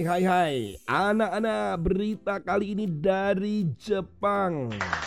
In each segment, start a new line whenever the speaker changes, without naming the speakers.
Hai anak-anak, berita kali ini dari Jepang.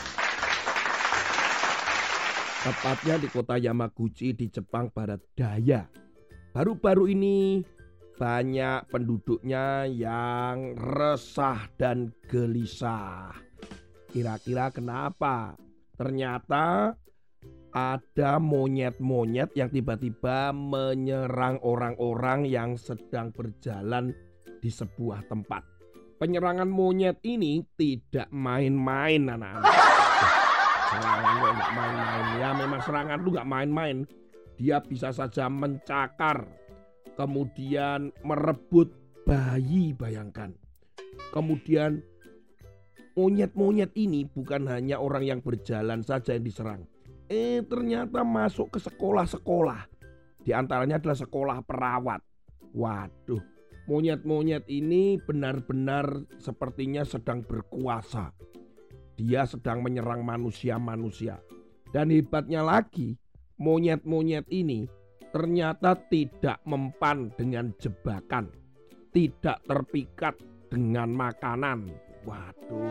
Tepatnya di kota Yamaguchi di Jepang Barat Daya. Baru-baru ini banyak penduduknya yang resah dan gelisah. Kira-kira kenapa? Ternyata ada monyet-monyet yang tiba-tiba menyerang orang-orang yang sedang berjalan di sebuah tempat. Penyerangan monyet ini tidak main-main, anak-anak. Serangan kok nggak main-main. Ya memang serangan itu nggak main-main. Dia bisa saja mencakar, kemudian merebut bayi, bayangkan. Kemudian monyet-monyet ini bukan hanya orang yang berjalan saja yang diserang. Ternyata masuk ke sekolah-sekolah. Di antaranya adalah sekolah perawat. Waduh, monyet-monyet ini benar-benar sepertinya sedang berkuasa. Dia sedang menyerang manusia-manusia. Dan hebatnya lagi, monyet-monyet ini ternyata tidak mempan dengan jebakan. Tidak terpikat dengan makanan. Waduh.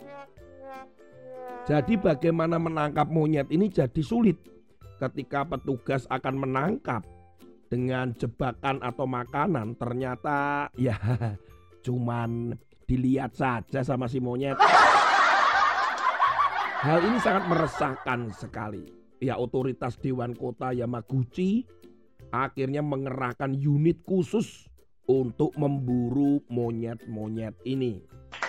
Jadi bagaimana menangkap monyet ini jadi sulit. Ketika petugas akan menangkap dengan jebakan atau makanan, ternyata ya cuman dilihat saja sama si monyet. Hal ini sangat meresahkan sekali. Ya, otoritas Dewan Kota Yamaguchi akhirnya mengerahkan unit khusus untuk memburu monyet-monyet ini.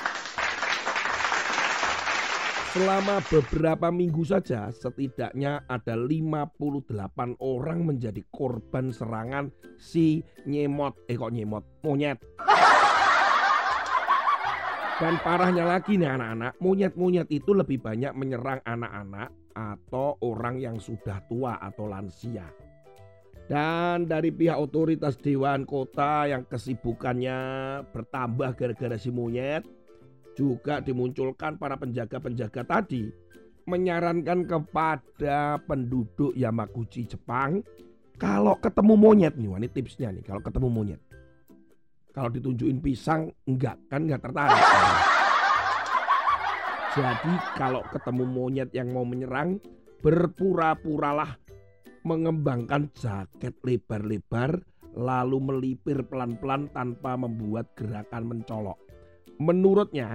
Selama beberapa minggu saja, setidaknya ada 58 orang menjadi korban serangan si monyet. Dan parahnya lagi nih anak-anak, monyet-monyet itu lebih banyak menyerang anak-anak atau orang yang sudah tua atau lansia. Dan dari pihak otoritas Dewan Kota yang kesibukannya bertambah gara-gara si monyet, juga dimunculkan para penjaga-penjaga tadi menyarankan kepada penduduk Yamaguchi Jepang, kalau ketemu monyet nih, ini tipsnya nih, kalau ketemu monyet, kalau ditunjukin pisang enggak tertarik. Jadi kalau ketemu monyet yang mau menyerang, berpura-puralah mengembangkan jaket lebar-lebar lalu melipir pelan-pelan tanpa membuat gerakan mencolok. Menurutnya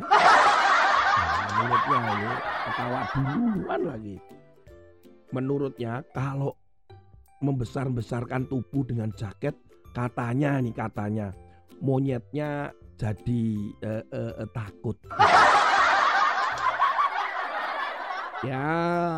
ini ketawa duluan lagi. Menurutnya kalau membesar-besarkan tubuh dengan jaket, katanya monyetnya jadi takut. Ya,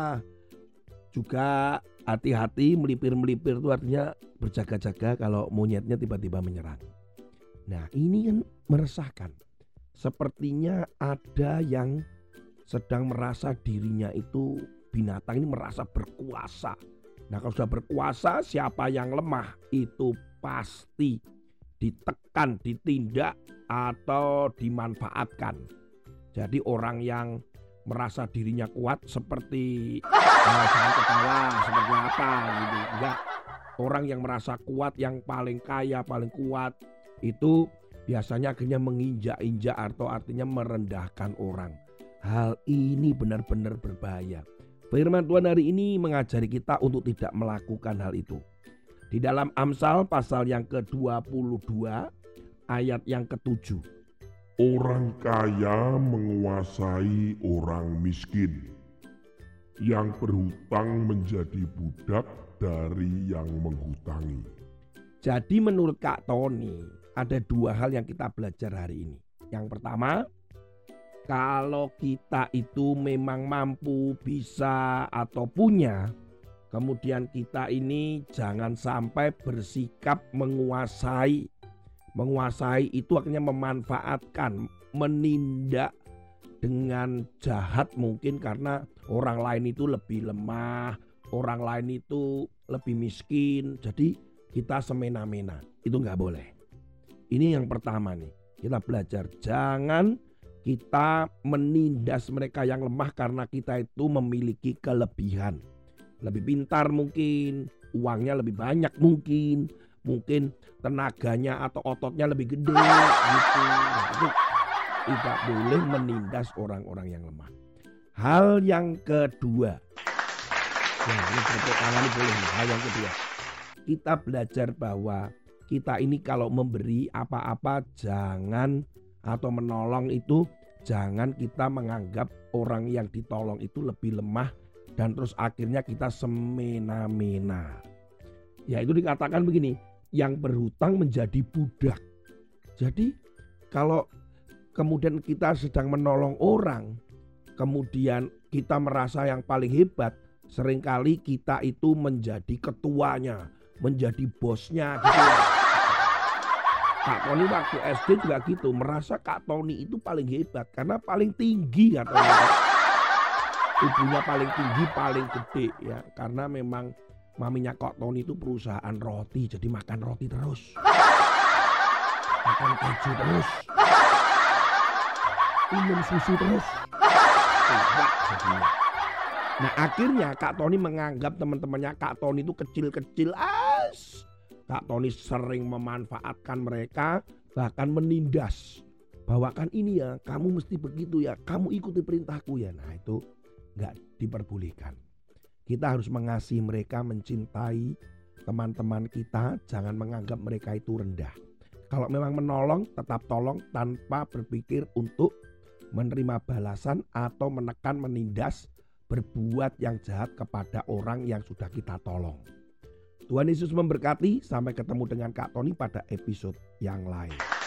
juga hati-hati, melipir-melipir itu artinya berjaga-jaga kalau monyetnya tiba-tiba menyerang. Nah, ini kan meresahkan. Sepertinya ada yang sedang merasa dirinya itu binatang ini merasa berkuasa. Nah, kalau sudah berkuasa, siapa yang lemah itu pasti ditekan, ditindak atau dimanfaatkan. Jadi orang yang merasa dirinya kuat seperti jangan ketawa seperti apa gitu. Enggak. Orang yang merasa kuat, yang paling kaya, paling kuat itu biasanya akhirnya menginjak-injak atau artinya merendahkan orang. Hal ini benar-benar berbahaya. Firman Tuhan hari ini mengajari kita untuk tidak melakukan hal itu. Di dalam Amsal pasal yang ke-22 ayat yang ke-7.
Orang kaya menguasai orang miskin. Yang berhutang menjadi budak dari yang menghutangi.
Jadi menurut Kak Tony, ada dua hal yang kita belajar hari ini. Yang pertama, kalau kita itu memang mampu, bisa atau punya, kemudian kita ini jangan sampai bersikap menguasai. Menguasai itu akhirnya memanfaatkan, menindak dengan jahat mungkin karena orang lain itu lebih lemah, orang lain itu lebih miskin. Jadi kita semena-mena, itu nggak boleh. Ini yang pertama nih, kita belajar jangan kita menindas mereka yang lemah karena kita itu memiliki kelebihan. Lebih pintar mungkin, uangnya lebih banyak mungkin, mungkin tenaganya atau ototnya lebih gede gitu. Nah, itu tidak boleh menindas orang-orang yang lemah. Hal yang kedua, nah ini tepuk tangan ini boleh. Hal yang kedua, kita belajar bahwa kita ini kalau memberi apa-apa jangan, atau menolong itu jangan kita menganggap orang yang ditolong itu lebih lemah dan terus akhirnya kita semena-mena. Ya itu dikatakan begini, yang berhutang menjadi budak. Jadi kalau kemudian kita sedang menolong orang, kemudian kita merasa yang paling hebat, seringkali kita itu menjadi ketuanya, menjadi bosnya gitu ya. Kak Tony waktu SD juga gitu, merasa Kak Tony itu paling hebat karena paling tinggi katanya. Tubuhnya paling tinggi, paling gede ya. Karena memang maminya Kak Tony itu perusahaan roti, jadi makan roti terus. Makan keju terus. Minum susu terus. Hebat jadinya. Nah akhirnya Kak Tony menganggap teman-temannya Kak Tony itu kecil-kecil. Kak Tony sering memanfaatkan mereka, bahkan menindas. Bawakan ini ya, kamu mesti begitu ya, kamu ikuti perintahku ya. Nah itu gak diperbolehkan. Kita harus mengasihi mereka, mencintai teman-teman kita, jangan menganggap mereka itu rendah. Kalau memang menolong, tetap tolong tanpa berpikir untuk menerima balasan atau menekan, menindas, berbuat yang jahat kepada orang yang sudah kita tolong. Tuhan Yesus memberkati, sampai ketemu dengan Kak Tony pada episode yang lain.